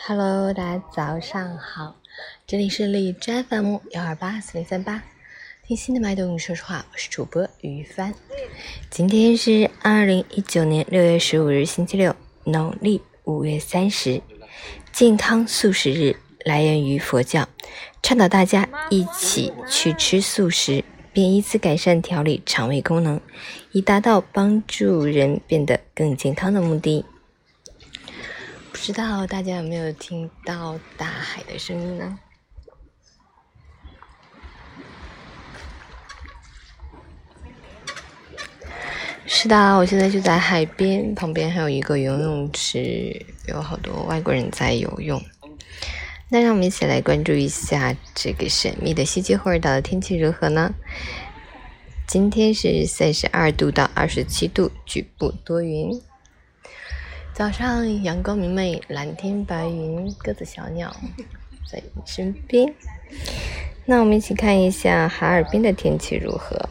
Hello， 大家早上好，这里是荔枝 FM 1284038，听心的脉动，说实话，我是主播于帆。今天是2019年6月15日星期六，农历5月30，健康素食日，来源于佛教，倡导大家一起去吃素食，并以此改善调理肠胃功能，以达到帮助人变得更健康的目的。不知道大家有没有听到大海的声音呢？是的，我现在就在海边，旁边还有一个游泳池，有好多外国人在游泳。那让我们一起来关注一下这个神秘的希基霍尔岛的天气如何呢？今天是32度到27度，局部多云。早上阳光明媚，蓝天白云，鸽子小鸟在你身边。那我们一起看一下哈尔滨的天气如何。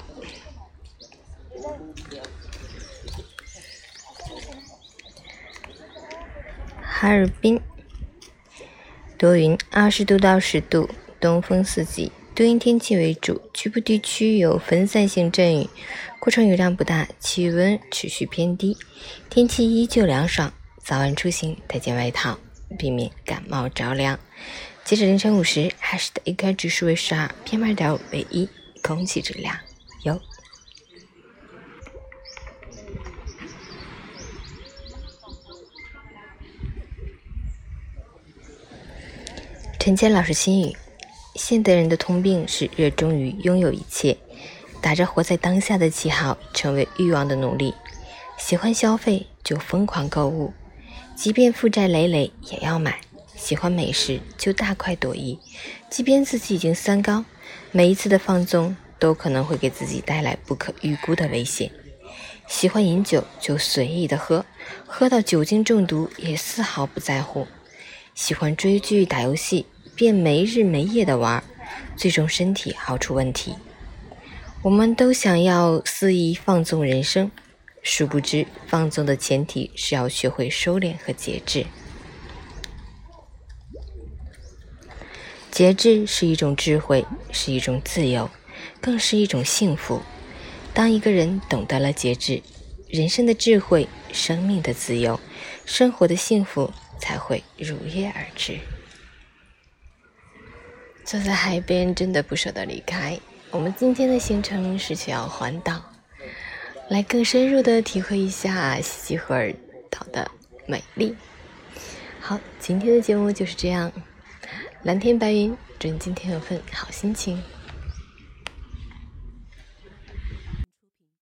哈尔滨多云，20度到10度，东风四级，多云天气为主，局部地区有分散性阵雨，过程雨量不大，气温持续偏低，天气依旧凉爽，早晚出行带件外套，避免感冒着凉。截止凌晨5时，海市的 AQI 指数为12 ，PM2.5 为1，空气质量优。陈谦老师心语：现代人的通病是热衷于拥有一切，打着活在当下的旗号，成为欲望的奴隶。喜欢消费就疯狂购物，即便负债累累也要买。喜欢美食就大快朵颐，即便自己已经三高，每一次的放纵都可能会给自己带来不可预估的危险。喜欢饮酒就随意的喝，喝到酒精中毒也丝毫不在乎。喜欢追剧打游戏便没日没夜的玩，最终身体耗出问题。我们都想要肆意放纵人生，殊不知放纵的前提是要学会收敛和节制。节制是一种智慧，是一种自由，更是一种幸福。当一个人懂得了节制，人生的智慧，生命的自由，生活的幸福才会如约而至。坐在海边真的不舍得离开。我们今天的行程是去要环岛，来更深入的体会一下希基霍尔岛的美丽。好，今天的节目就是这样，蓝天白云，祝你今天有份好心情。